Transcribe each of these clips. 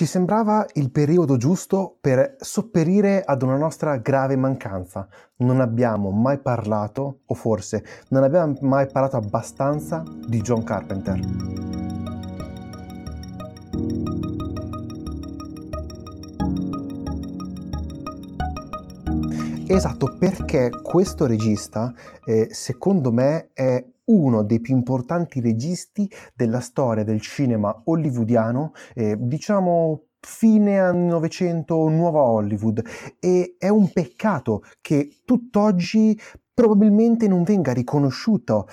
Ci sembrava il periodo giusto per sopperire ad una nostra grave mancanza. Non abbiamo mai parlato, o forse non abbiamo mai parlato abbastanza di John Carpenter. Esatto, perché questo regista, secondo me, è uno dei più importanti registi della storia del cinema hollywoodiano, diciamo fine anni '900, nuova Hollywood, e è un peccato che tutt'oggi probabilmente non venga riconosciuto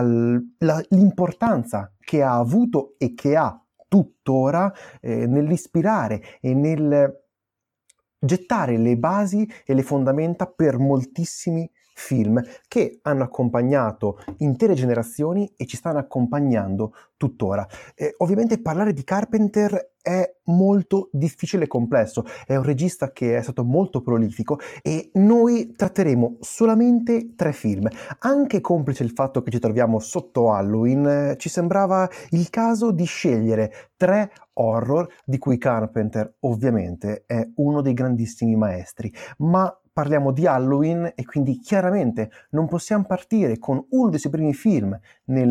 l'importanza che ha avuto e che ha tuttora nell'ispirare e nel gettare le basi e le fondamenta per moltissimi film che hanno accompagnato intere generazioni e ci stanno accompagnando tuttora. Ovviamente parlare di Carpenter è molto difficile e complesso, è un regista che è stato molto prolifico e noi tratteremo solamente 3 film. Anche complice il fatto che ci troviamo sotto Halloween, ci sembrava il caso di scegliere 3 horror di cui Carpenter ovviamente è uno dei grandissimi maestri, ma parliamo di Halloween e quindi chiaramente non possiamo partire con uno dei suoi primi film. Nel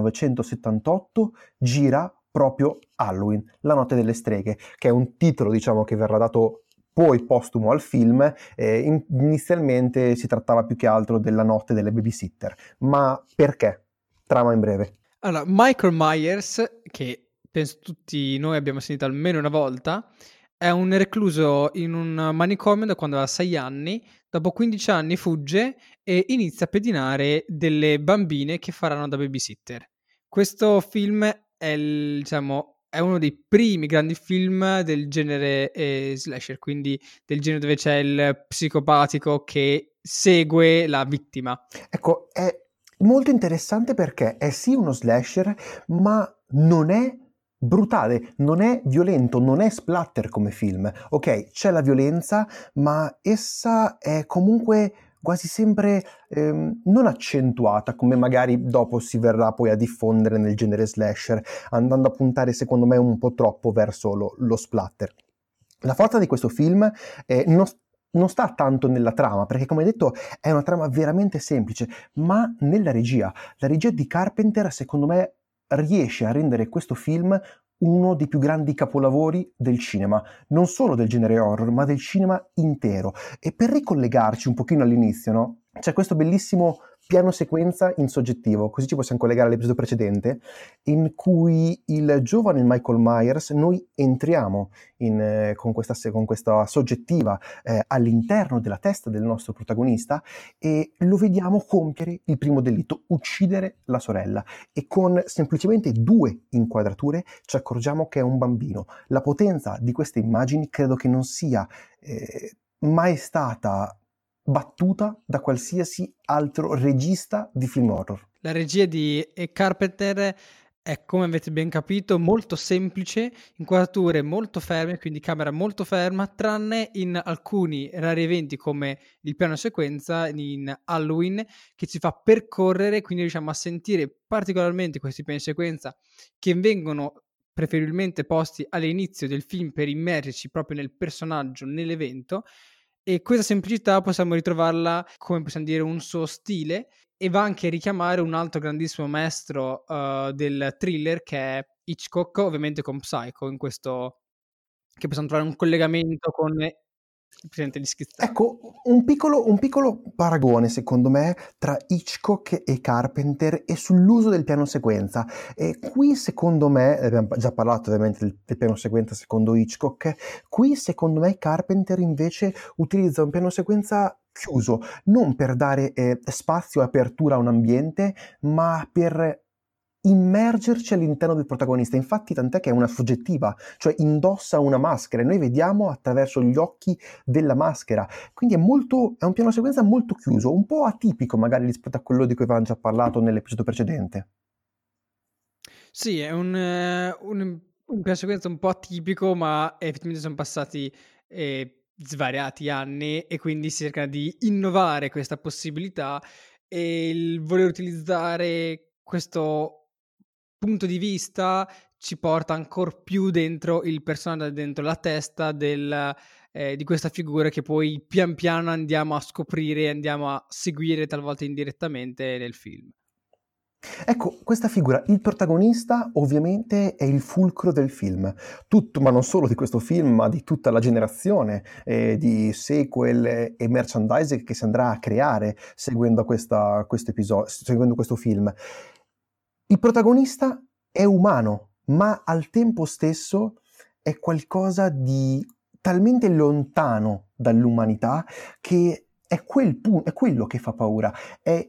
1978 gira proprio Halloween, La notte delle streghe, che è un titolo diciamo che verrà dato poi postumo al film. Inizialmente si trattava più che altro della notte delle babysitter, ma perché? Trama in breve. Allora, Michael Myers, che penso tutti noi abbiamo sentito almeno una volta, è un recluso in un manicomio da quando aveva 6 anni. Dopo 15 anni fugge e inizia a pedinare delle bambine che faranno da babysitter. Questo film è, diciamo, è uno dei primi grandi film del genere slasher, quindi del genere dove c'è il psicopatico che segue la vittima. Ecco, è molto interessante perché è sì uno slasher, ma non è brutale, non è violento, non è splatter come film. Ok, c'è la violenza, ma essa è comunque quasi sempre non accentuata come magari dopo si verrà poi a diffondere nel genere slasher, andando a puntare secondo me un po' troppo verso lo splatter. La forza di questo film non sta tanto nella trama, perché come detto è una trama veramente semplice, ma nella regia. La regia di Carpenter, secondo me, riesce a rendere questo film uno dei più grandi capolavori del cinema, non solo del genere horror, ma del cinema intero. E per ricollegarci un pochino all'inizio, no? C'è questo bellissimo piano sequenza in soggettivo, così ci possiamo collegare all'episodio precedente, in cui il giovane Michael Myers, noi entriamo con questa soggettiva all'interno della testa del nostro protagonista e lo vediamo compiere il primo delitto, uccidere la sorella, e con semplicemente 2 inquadrature ci accorgiamo che è un bambino. La potenza di queste immagini credo che non sia mai stata battuta da qualsiasi altro regista di film horror. La regia di Carpenter è, come avete ben capito, molto semplice, inquadrature molto ferme, quindi camera molto ferma, tranne in alcuni rari eventi come il piano sequenza in Halloween, che ci fa percorrere, quindi riusciamo a sentire particolarmente questi piani sequenza che vengono preferibilmente posti all'inizio del film per immergerci proprio nel personaggio, nell'evento, e questa semplicità possiamo ritrovarla, come possiamo dire, un suo stile, e va anche a richiamare un altro grandissimo maestro del thriller che è Hitchcock, ovviamente con Psycho, in questo che possiamo trovare un collegamento con il presente di Schizzare. Ecco, un piccolo paragone secondo me tra Hitchcock e Carpenter e sull'uso del piano sequenza. E qui secondo me, abbiamo già parlato ovviamente del piano sequenza secondo Hitchcock, qui secondo me Carpenter invece utilizza un piano sequenza chiuso, non per dare spazio e apertura a un ambiente, ma per immergerci all'interno del protagonista. Infatti tant'è che è una soggettiva, cioè indossa una maschera e noi vediamo attraverso gli occhi della maschera. Quindi è un piano sequenza molto chiuso, un po' atipico magari rispetto a quello di cui avevamo già parlato nell'episodio precedente. Sì, è un piano sequenza un po' atipico, ma effettivamente son passati, svariati anni e quindi si cerca di innovare questa possibilità, e il voler utilizzare questo punto di vista ci porta ancor più dentro il personaggio, dentro la testa di questa figura che poi pian piano andiamo a scoprire, andiamo a seguire talvolta indirettamente nel film. Ecco, questa figura, il protagonista ovviamente è il fulcro del film, tutto, ma non solo di questo film, ma di tutta la generazione di sequel e merchandising che si andrà a creare seguendo questo episodio, seguendo questo film. Il protagonista è umano, ma al tempo stesso è qualcosa di talmente lontano dall'umanità che è è quello che fa paura, è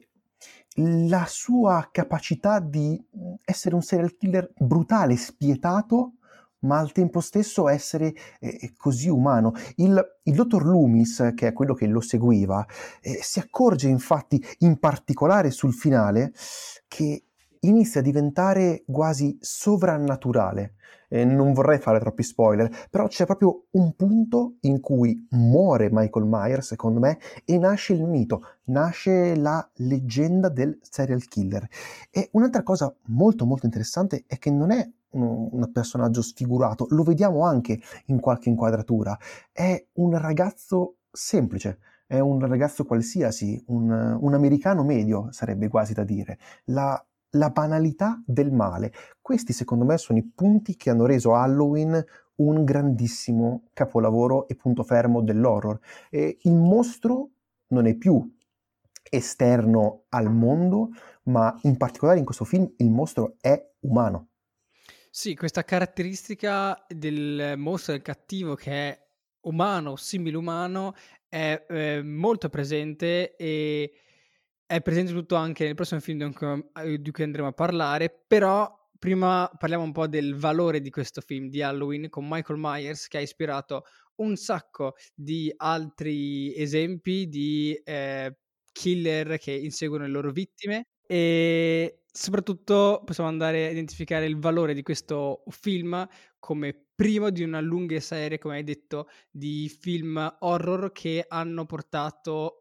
la sua capacità di essere un serial killer brutale, spietato, ma al tempo stesso essere così umano. Il dottor Loomis, che è quello che lo seguiva, si accorge infatti in particolare sul finale che inizia a diventare quasi sovrannaturale. Non vorrei fare troppi spoiler, però c'è proprio un punto in cui muore Michael Myers, secondo me, e nasce il mito, nasce la leggenda del serial killer. E un'altra cosa molto molto interessante è che non è un personaggio sfigurato, lo vediamo anche in qualche inquadratura, è un ragazzo semplice, è un ragazzo qualsiasi, un americano medio sarebbe quasi da dire. La banalità del male. Questi secondo me sono i punti che hanno reso Halloween un grandissimo capolavoro e punto fermo dell'horror. E il mostro non è più esterno al mondo, ma in particolare in questo film il mostro è umano. Sì, questa caratteristica del mostro, del cattivo che è umano, simile umano, è molto presente e è presente tutto anche nel prossimo film di cui andremo a parlare, però prima parliamo un po' del valore di questo film di Halloween con Michael Myers che ha ispirato un sacco di altri esempi di killer che inseguono le loro vittime e soprattutto possiamo andare a identificare il valore di questo film come primo di una lunga serie, come hai detto, di film horror che hanno portato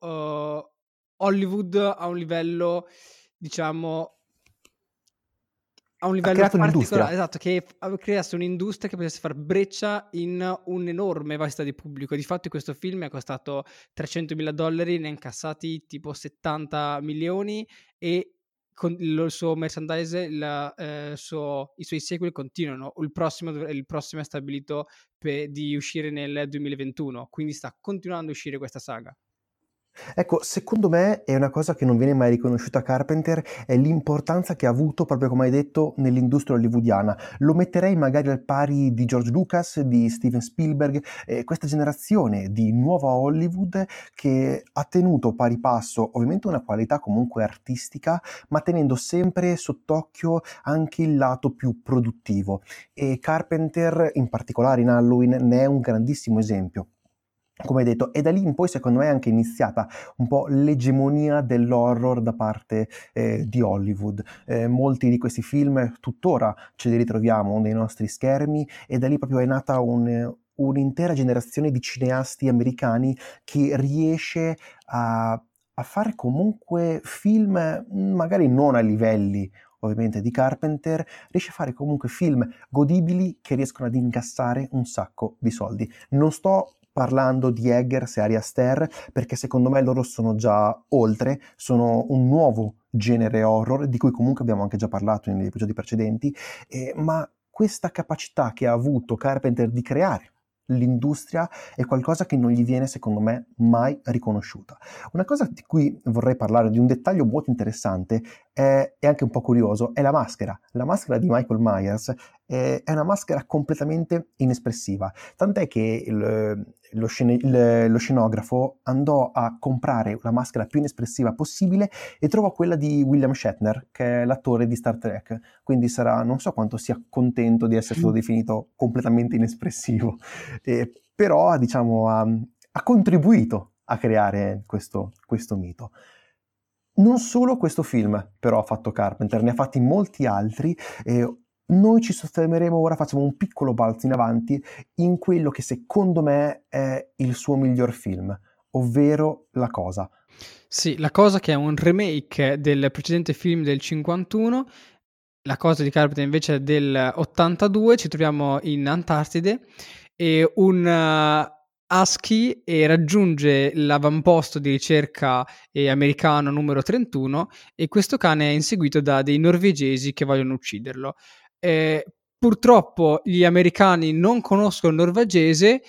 Hollywood a un livello, diciamo, a un Ha livello creato particolare, un'industria. esatto, che creasse un'industria che potesse far breccia in un'enorme vastità di pubblico. Difatti questo film è costato $300.000, ne ha incassati tipo 70 milioni e con il suo merchandise, i suoi sequel continuano. Il prossimo è stabilito di uscire nel 2021, quindi sta continuando a uscire questa saga. Ecco, secondo me è una cosa che non viene mai riconosciuta a Carpenter, è l'importanza che ha avuto, proprio come hai detto, nell'industria hollywoodiana. Lo metterei magari al pari di George Lucas, di Steven Spielberg, questa generazione di nuova Hollywood che ha tenuto pari passo ovviamente una qualità comunque artistica, ma tenendo sempre sott'occhio anche il lato più produttivo. E Carpenter, in particolare in Halloween, ne è un grandissimo esempio. Come hai detto, e da lì in poi secondo me è anche iniziata un po' l'egemonia dell'horror da parte di Hollywood. Molti di questi film tuttora ce li ritroviamo nei nostri schermi e da lì proprio è nata un'intera generazione di cineasti americani che riesce a fare comunque film magari non a livelli ovviamente di Carpenter, riesce a fare comunque film godibili che riescono ad incassare un sacco di soldi. Non sto parlando di Eggers e Ari Aster perché secondo me loro sono già oltre, sono un nuovo genere horror di cui comunque abbiamo anche già parlato negli episodi precedenti, ma questa capacità che ha avuto Carpenter di creare l'industria è qualcosa che non gli viene secondo me mai riconosciuta. Una cosa di cui vorrei parlare, di un dettaglio molto interessante è anche un po' curioso, è la maschera. La maschera di Michael Myers è una maschera completamente inespressiva, tant'è che lo scenografo andò a comprare la maschera più inespressiva possibile e trovò quella di William Shatner, che è l'attore di Star Trek, quindi sarà, non so quanto sia contento di essere stato definito completamente inespressivo, però diciamo ha contribuito a creare questo mito. Non solo questo film però ha fatto Carpenter, ne ha fatti molti altri e noi ci soffermeremo ora, facciamo un piccolo balzo in avanti in quello che secondo me è il suo miglior film, ovvero La Cosa. Sì, La Cosa che è un remake del precedente film del 51 La cosa di Carpenter invece è del 82, ci troviamo in Antartide e un husky raggiunge l'avamposto di ricerca americano numero 31 e questo cane è inseguito da dei norvegesi che vogliono ucciderlo. Purtroppo gli americani non conoscono il norvegese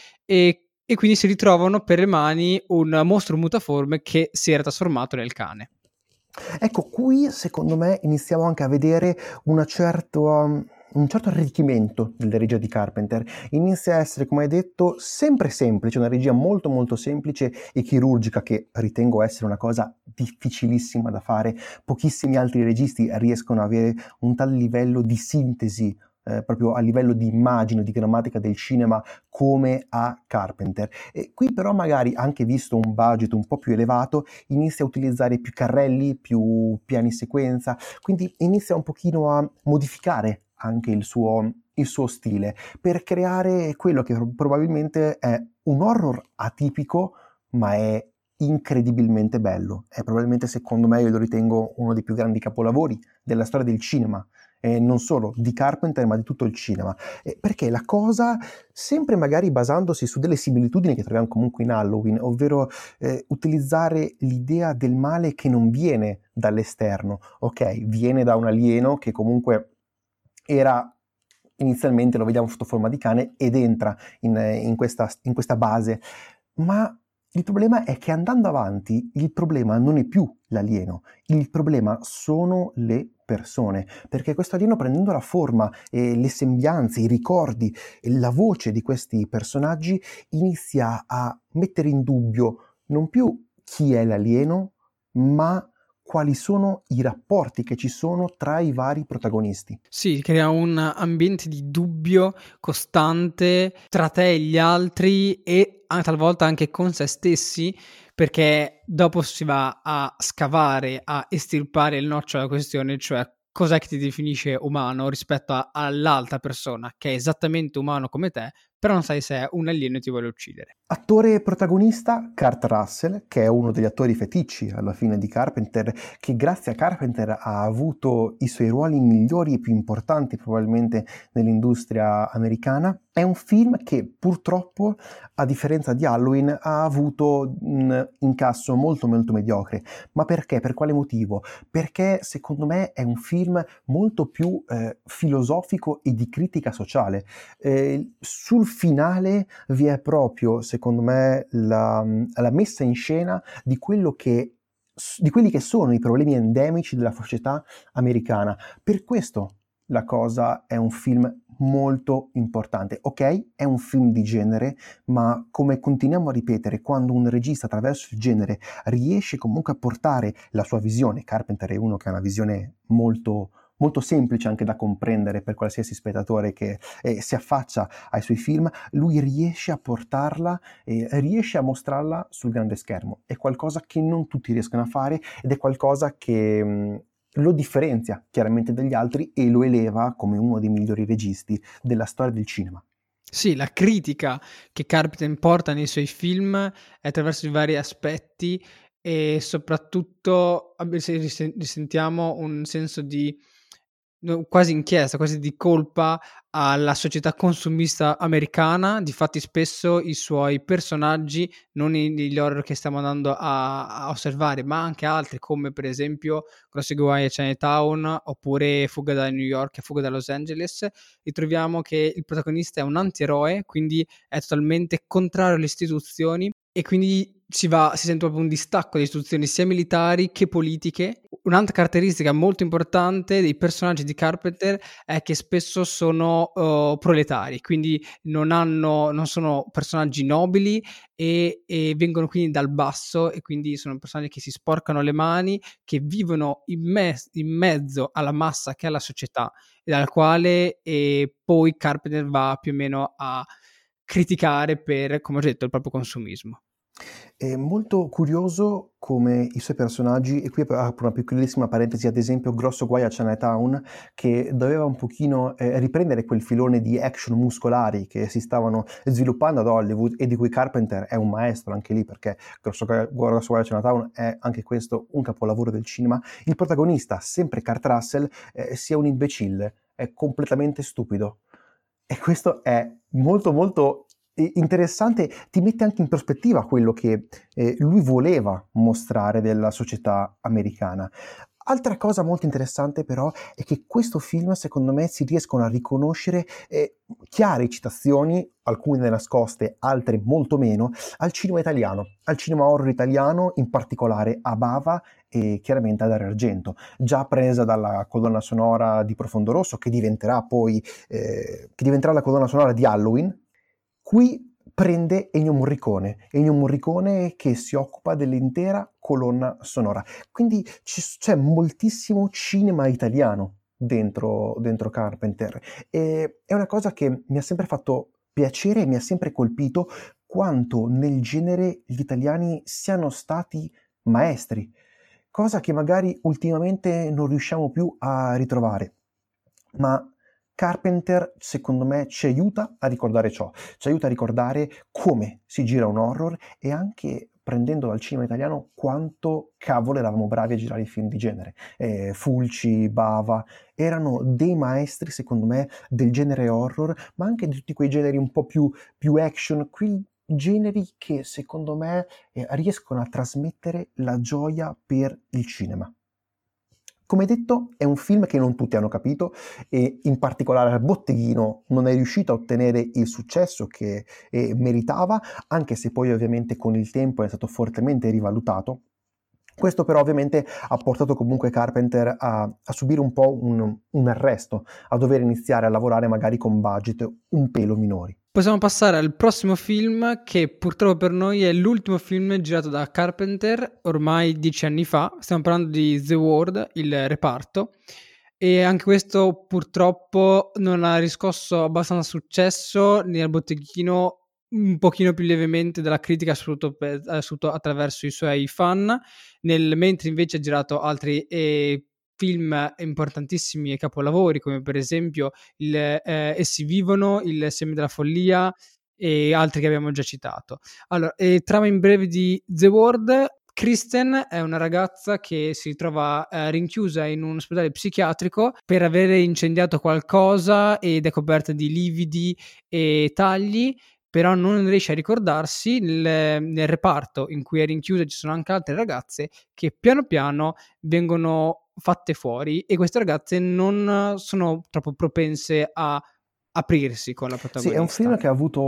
e quindi si ritrovano per le mani un mostro mutaforme che si era trasformato nel cane. Ecco, qui secondo me iniziamo anche a vedere un certo arricchimento della regia di Carpenter. Inizia a essere, come hai detto, sempre semplice, una regia molto molto semplice e chirurgica, che ritengo essere una cosa difficilissima da fare. Pochissimi altri registi riescono ad avere un tal livello di sintesi proprio a livello di immagine, di grammatica del cinema, come a Carpenter. E qui però magari, anche visto un budget un po' più elevato, inizia a utilizzare più carrelli, più piani sequenza, quindi inizia un pochino a modificare anche il suo stile per creare quello che probabilmente è un horror atipico, ma è incredibilmente bello. È probabilmente, secondo me, io lo ritengo uno dei più grandi capolavori della storia del cinema, non solo di Carpenter ma di tutto il cinema, perché la cosa, sempre magari basandosi su delle similitudini che troviamo comunque in Halloween, ovvero utilizzare l'idea del male che non viene dall'esterno, ok, viene da un alieno che comunque era inizialmente, lo vediamo sotto forma di cane, ed entra in questa base, ma il problema è che andando avanti il problema non è più l'alieno, il problema sono le persone, perché questo alieno, prendendo la forma, le sembianze, i ricordi, la voce di questi personaggi, inizia a mettere in dubbio non più chi è l'alieno, ma quali sono i rapporti che ci sono tra i vari protagonisti. Sì, crea un ambiente di dubbio costante tra te e gli altri e talvolta anche con se stessi, perché dopo si va a scavare, a estirpare il nocciolo della questione, cioè cos'è che ti definisce umano rispetto all'altra persona che è esattamente umano come te, però non sai se è un alieno e ti vuole uccidere. Attore protagonista Kurt Russell, che è uno degli attori feticci alla fine di Carpenter, che grazie a Carpenter ha avuto i suoi ruoli migliori e più importanti probabilmente nell'industria americana. È un film che purtroppo, a differenza di Halloween, ha avuto un incasso molto molto mediocre. Ma perché? Per quale motivo? Perché secondo me è un film molto più filosofico e di critica sociale. Sul finale vi è proprio, secondo me, la messa in scena di quelli che sono i problemi endemici della società americana. Per questo la cosa è un film molto importante. Ok, è un film di genere, ma come continuiamo a ripetere, quando un regista attraverso il genere riesce comunque a portare la sua visione, Carpenter è uno che ha una visione molto molto semplice anche da comprendere per qualsiasi spettatore che si affaccia ai suoi film, lui riesce a portarla e riesce a mostrarla sul grande schermo. È qualcosa che non tutti riescono a fare ed è qualcosa che lo differenzia chiaramente dagli altri e lo eleva come uno dei migliori registi della storia del cinema. Sì, la critica che Carpenter porta nei suoi film è attraverso i vari aspetti e soprattutto risentiamo un senso di quasi inchiesta, quasi di colpa alla società consumista americana. Difatti spesso i suoi personaggi, non gli horror che stiamo andando a osservare, ma anche altri come per esempio Grossi guai a Chinatown oppure Fuga da New York e Fuga da Los Angeles, ritroviamo che il protagonista è un antieroe, quindi è totalmente contrario alle istituzioni e quindi si sente proprio un distacco delle istituzioni sia militari che politiche. Un'altra caratteristica molto importante dei personaggi di Carpenter è che spesso sono proletari, quindi non sono personaggi nobili e vengono quindi dal basso e quindi sono personaggi che si sporcano le mani, che vivono in mezzo alla massa che è la società e dal quale poi Carpenter va più o meno a criticare per, come ho detto, il proprio consumismo. È molto curioso come i suoi personaggi, e qui apro una piccolissima parentesi, ad esempio Grosso guai a Chinatown, che doveva un pochino riprendere quel filone di action muscolari che si stavano sviluppando ad Hollywood e di cui Carpenter è un maestro anche lì, perché Grosso guai a Chinatown è anche questo un capolavoro del cinema. Il protagonista, sempre Kurt Russell, sia un imbecille, è completamente stupido. E questo è molto molto interessante, ti mette anche in prospettiva quello che lui voleva mostrare della società americana. Altra cosa molto interessante però è che questo film, secondo me, si riescono a riconoscere chiare citazioni, alcune nascoste, altre molto meno, al cinema italiano, al cinema horror italiano, in particolare a Bava e chiaramente a Dario Argento, già presa dalla colonna sonora di Profondo Rosso, che diventerà poi che diventerà la colonna sonora di Halloween. Qui prende Ennio Morricone che si occupa dell'intera colonna sonora. Quindi c'è moltissimo cinema italiano dentro Carpenter. E è una cosa che mi ha sempre fatto piacere e mi ha sempre colpito quanto nel genere gli italiani siano stati maestri, cosa che magari ultimamente non riusciamo più a ritrovare. Ma Carpenter, secondo me, ci aiuta a ricordare ciò, ci aiuta a ricordare come si gira un horror e anche prendendo dal cinema italiano quanto cavolo eravamo bravi a girare i film di genere. Fulci, Bava, erano dei maestri, secondo me, del genere horror, ma anche di tutti quei generi un po' più action, quei generi che, secondo me, riescono a trasmettere la gioia per il cinema. Come detto, è un film che non tutti hanno capito e in particolare al botteghino non è riuscito a ottenere il successo che meritava, anche se poi ovviamente con il tempo è stato fortemente rivalutato. Questo però ovviamente ha portato comunque Carpenter a subire un po' un arresto, a dover iniziare a lavorare magari con budget un pelo minori. Possiamo passare al prossimo film, che purtroppo per noi è l'ultimo film girato da Carpenter, ormai 10 anni fa. Stiamo parlando di The Ward, Il reparto, e anche questo purtroppo non ha riscosso abbastanza successo né al botteghino, un pochino più lievemente dalla critica, soprattutto attraverso i suoi fan, mentre invece ha girato altri film importantissimi e capolavori, come per esempio Essi vivono, Il seme della follia e altri che abbiamo già citato. Allora, trama in breve di The Ward. Kristen è una ragazza che si trova rinchiusa in un ospedale psichiatrico per avere incendiato qualcosa ed è coperta di lividi e tagli, però non riesce a ricordarsi. Nel reparto in cui è rinchiusa ci sono anche altre ragazze che piano piano vengono fatte fuori, e queste ragazze non sono troppo propense a aprirsi con la Sì, è un protagonista. film che ha avuto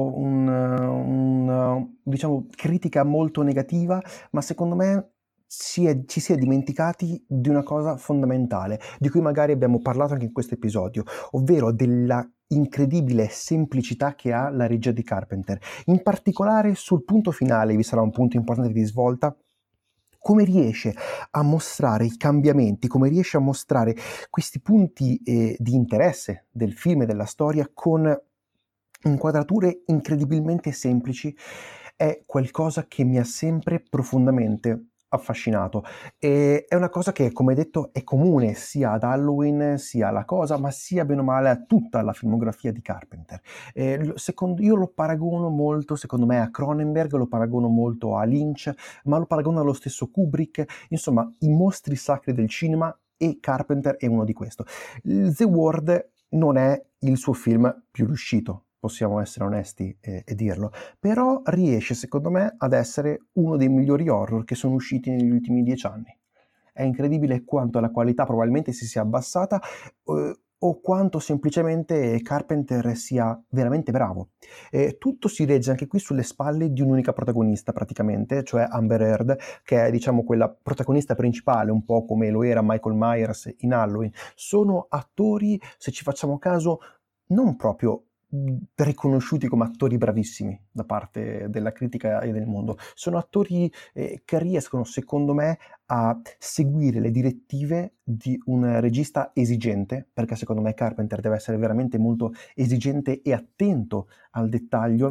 diciamo, critica molto negativa, ma secondo me ci si è dimenticati di una cosa fondamentale, di cui magari abbiamo parlato anche in questo episodio, ovvero della incredibile semplicità che ha la regia di Carpenter. In particolare sul punto finale vi sarà un punto importante di svolta, come riesce a mostrare i cambiamenti, come riesce a mostrare questi punti di interesse del film e della storia con inquadrature incredibilmente semplici, è qualcosa che mi ha sempre profondamente affascinato. È una cosa che, come detto, è comune sia ad Halloween, sia alla Cosa, ma sia bene o male a tutta la filmografia di Carpenter. Io lo paragono molto, secondo me, a Cronenberg, lo paragono molto a Lynch, ma lo paragono allo stesso Kubrick, insomma, i mostri sacri del cinema, e Carpenter è uno di questo. The Ward non è il suo film più riuscito, possiamo essere onesti e dirlo, però riesce secondo me ad essere uno dei migliori horror che sono usciti negli ultimi 10 anni. È incredibile quanto la qualità probabilmente si sia abbassata o quanto semplicemente Carpenter sia veramente bravo. Tutto si regge anche qui sulle spalle di un'unica protagonista praticamente, cioè Amber Heard, che è diciamo quella protagonista principale, un po' come lo era Michael Myers in Halloween. Sono attori, se ci facciamo caso, non proprio riconosciuti come attori bravissimi da parte della critica e del mondo. Sono attori che riescono, secondo me, a seguire le direttive di un regista esigente, perché secondo me Carpenter deve essere veramente molto esigente e attento al dettaglio,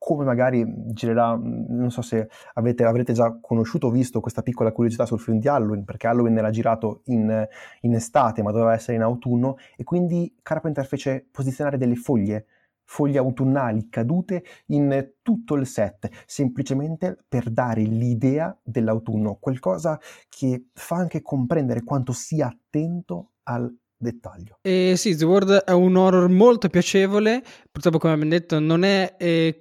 come magari girerà, non so se avrete già conosciuto o visto questa piccola curiosità sul film di Halloween, perché Halloween era girato in estate ma doveva essere in autunno, e quindi Carpenter fece posizionare delle foglie autunnali cadute in tutto il set, semplicemente per dare l'idea dell'autunno, qualcosa che fa anche comprendere quanto sia attento al dettaglio. Sì, The Ward è un horror molto piacevole, purtroppo come abbiamo detto non è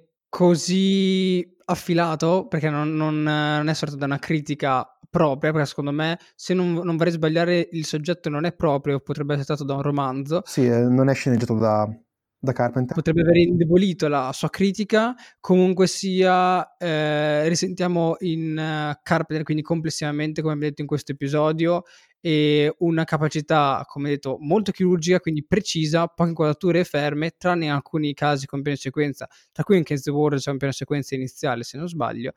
così affilato, perché non è sorto da una critica propria, perché secondo me, se non vorrei sbagliare, il soggetto non è proprio, potrebbe essere stato da un romanzo. Sì, non è sceneggiato da Carpenter. Potrebbe aver indebolito la sua critica, comunque sia, risentiamo in Carpenter, quindi complessivamente, come abbiamo detto in questo episodio, e una capacità, come detto, molto chirurgica, quindi precisa, poche inquadrature ferme, tranne in alcuni casi con piano sequenza, tra cui anche in The Ward c'è un piano sequenza iniziale, se non sbaglio,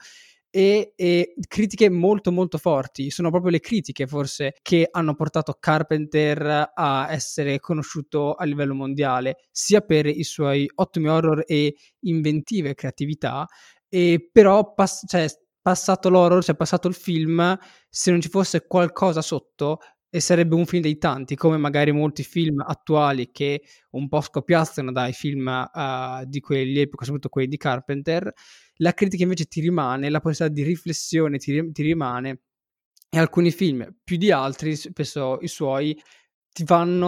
e critiche molto molto forti. Sono proprio le critiche forse che hanno portato Carpenter a essere conosciuto a livello mondiale, sia per i suoi ottimi horror e inventive creatività, e però passato l'horror, cioè passato il film, se non ci fosse qualcosa sotto, e sarebbe un film dei tanti, come magari molti film attuali che un po' scoppiazzano dai film di quell'epoca, soprattutto quelli di Carpenter. La critica invece ti rimane, la possibilità di riflessione ti rimane, e alcuni film più di altri, spesso i suoi, ti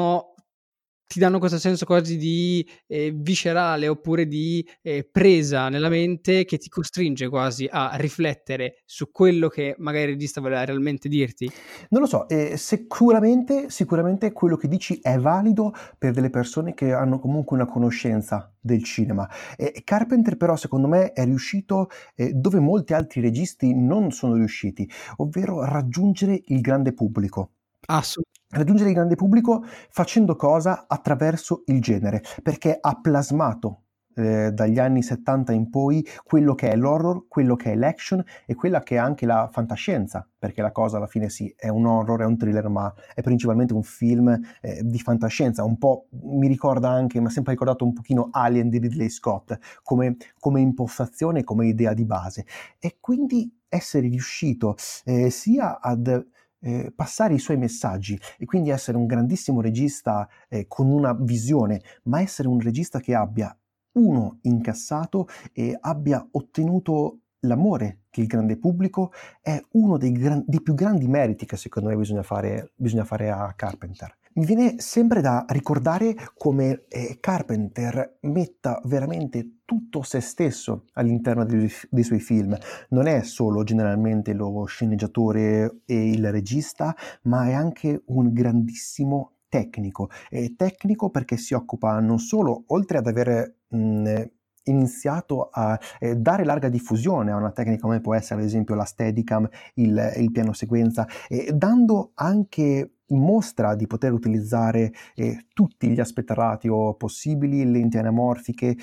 danno questo senso quasi di viscerale, oppure di presa nella mente, che ti costringe quasi a riflettere su quello che magari il regista voleva realmente dirti. Non lo so, sicuramente quello che dici è valido per delle persone che hanno comunque una conoscenza del cinema. Carpenter però secondo me è riuscito dove molti altri registi non sono riusciti, ovvero raggiungere il grande pubblico. Raggiungere il grande pubblico facendo cosa? Attraverso il genere, perché ha plasmato dagli anni 70 in poi quello che è l'horror, quello che è l'action e quella che è anche la fantascienza, perché la cosa alla fine sì, è un horror, è un thriller, ma è principalmente un film di fantascienza, un po' mi ricorda anche, mi ha sempre ricordato un pochino Alien di Ridley Scott, come impostazione, come idea di base. E quindi essere riuscito sia ad passare i suoi messaggi e quindi essere un grandissimo regista con una visione, ma essere un regista che abbia incassato e abbia ottenuto l'amore del grande pubblico, è uno dei più grandi meriti che secondo me bisogna fare a Carpenter. Mi viene sempre da ricordare come Carpenter metta veramente tutto se stesso all'interno dei suoi film. Non è solo generalmente lo sceneggiatore e il regista, ma è anche un grandissimo tecnico. Tecnico perché si occupa non solo, oltre ad avere iniziato a dare larga diffusione a una tecnica come può essere ad esempio la Steadicam, il piano sequenza, dando anche mostra di poter utilizzare tutti gli aspetti ratio possibili, lenti anamorfiche,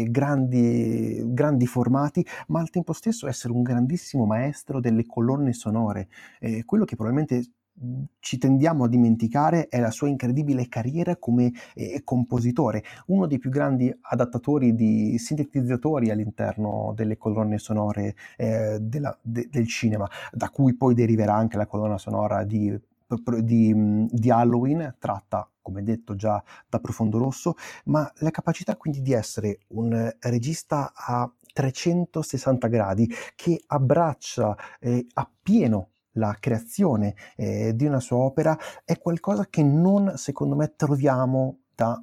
grandi formati, ma al tempo stesso essere un grandissimo maestro delle colonne sonore. Quello che probabilmente ci tendiamo a dimenticare è la sua incredibile carriera come compositore, uno dei più grandi adattatori di sintetizzatori all'interno delle colonne sonore del cinema, da cui poi deriverà anche la colonna sonora di Halloween, tratta, come detto già, da Profondo Rosso, ma la capacità quindi di essere un regista a 360 gradi che abbraccia appieno la creazione di una sua opera è qualcosa che non, secondo me, troviamo da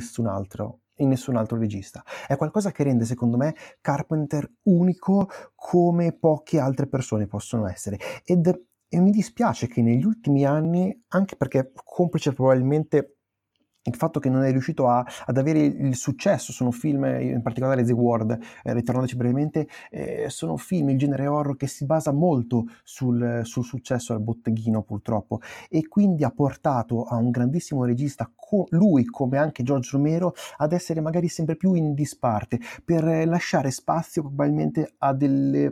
in nessun altro regista. È qualcosa che rende, secondo me, Carpenter unico come poche altre persone possono essere. E mi dispiace che negli ultimi anni, anche perché complice probabilmente il fatto che non è riuscito ad avere il successo, sono film, in particolare The Ward, ritornandoci brevemente, sono film, il genere horror, che si basa molto sul successo al botteghino purtroppo, e quindi ha portato a un grandissimo regista, lui come anche George Romero, ad essere magari sempre più in disparte, per lasciare spazio probabilmente a delle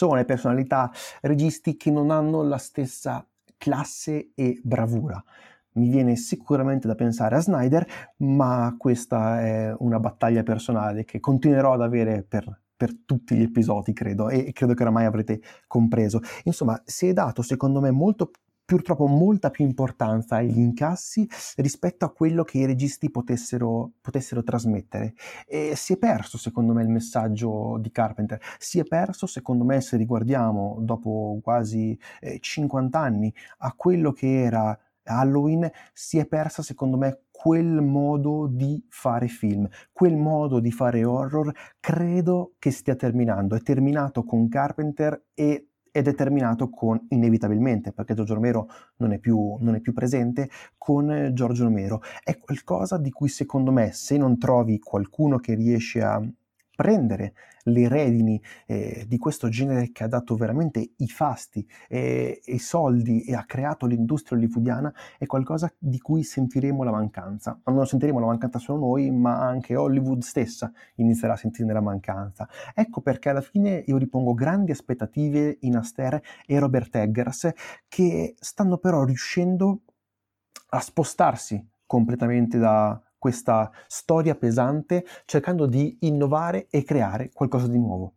personalità, registi che non hanno la stessa classe e bravura. mi viene sicuramente da pensare a Snyder, ma questa è una battaglia personale che continuerò ad avere per tutti gli episodi, credo, e credo che oramai avrete compreso. Insomma, si è dato, secondo me, purtroppo molta più importanza agli incassi rispetto a quello che i registi potessero trasmettere. E si è perso, secondo me, il messaggio di Carpenter. Si è perso, secondo me, se riguardiamo dopo quasi 50 anni a quello che era Halloween, si è persa, secondo me, quel modo di fare film, quel modo di fare horror. Credo che stia terminando. È terminato con Carpenter ed è terminato con, inevitabilmente, perché Giorgio Romero non è più presente, con Giorgio Romero. È qualcosa di cui, secondo me, se non trovi qualcuno che riesce a prendere le redini di questo genere che ha dato veramente i fasti e i soldi e ha creato l'industria hollywoodiana, è qualcosa di cui sentiremo la mancanza. Ma non sentiremo la mancanza solo noi, ma anche Hollywood stessa inizierà a sentirne la mancanza. Ecco perché alla fine io ripongo grandi aspettative in Astaire e Robert Eggers, che stanno però riuscendo a spostarsi completamente da questa storia pesante, cercando di innovare e creare qualcosa di nuovo.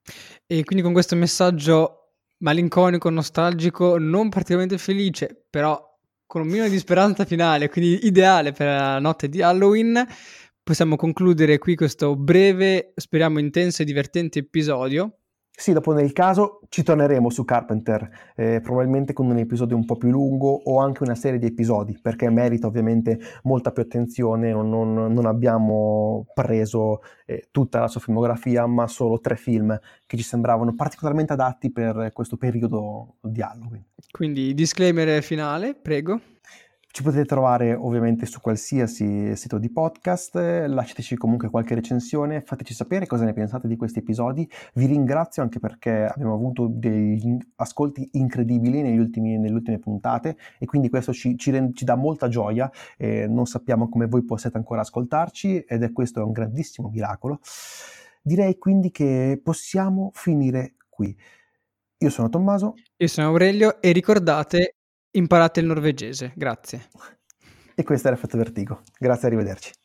E quindi con questo messaggio malinconico, nostalgico, non particolarmente felice, però con un minimo di speranza finale, quindi ideale per la notte di Halloween, possiamo concludere qui questo breve, speriamo intenso e divertente episodio. Sì, dopo nel caso ci torneremo su Carpenter, probabilmente con un episodio un po' più lungo o anche una serie di episodi, perché merita ovviamente molta più attenzione. Non abbiamo preso tutta la sua filmografia, ma solo 3 film che ci sembravano particolarmente adatti per questo periodo di Halloween. Quindi disclaimer finale, prego. Ci potete trovare ovviamente su qualsiasi sito di podcast, lasciateci comunque qualche recensione, fateci sapere cosa ne pensate di questi episodi. Vi ringrazio anche perché abbiamo avuto degli ascolti incredibili nelle ultime puntate e quindi questo ci dà molta gioia. Non sappiamo come voi possiate ancora ascoltarci ed questo è un grandissimo miracolo. Direi quindi che possiamo finire qui. Io sono Tommaso. Io sono Aurelio e ricordate, imparate il norvegese. Grazie. E questo era Effetto Vertigo. Grazie, arrivederci.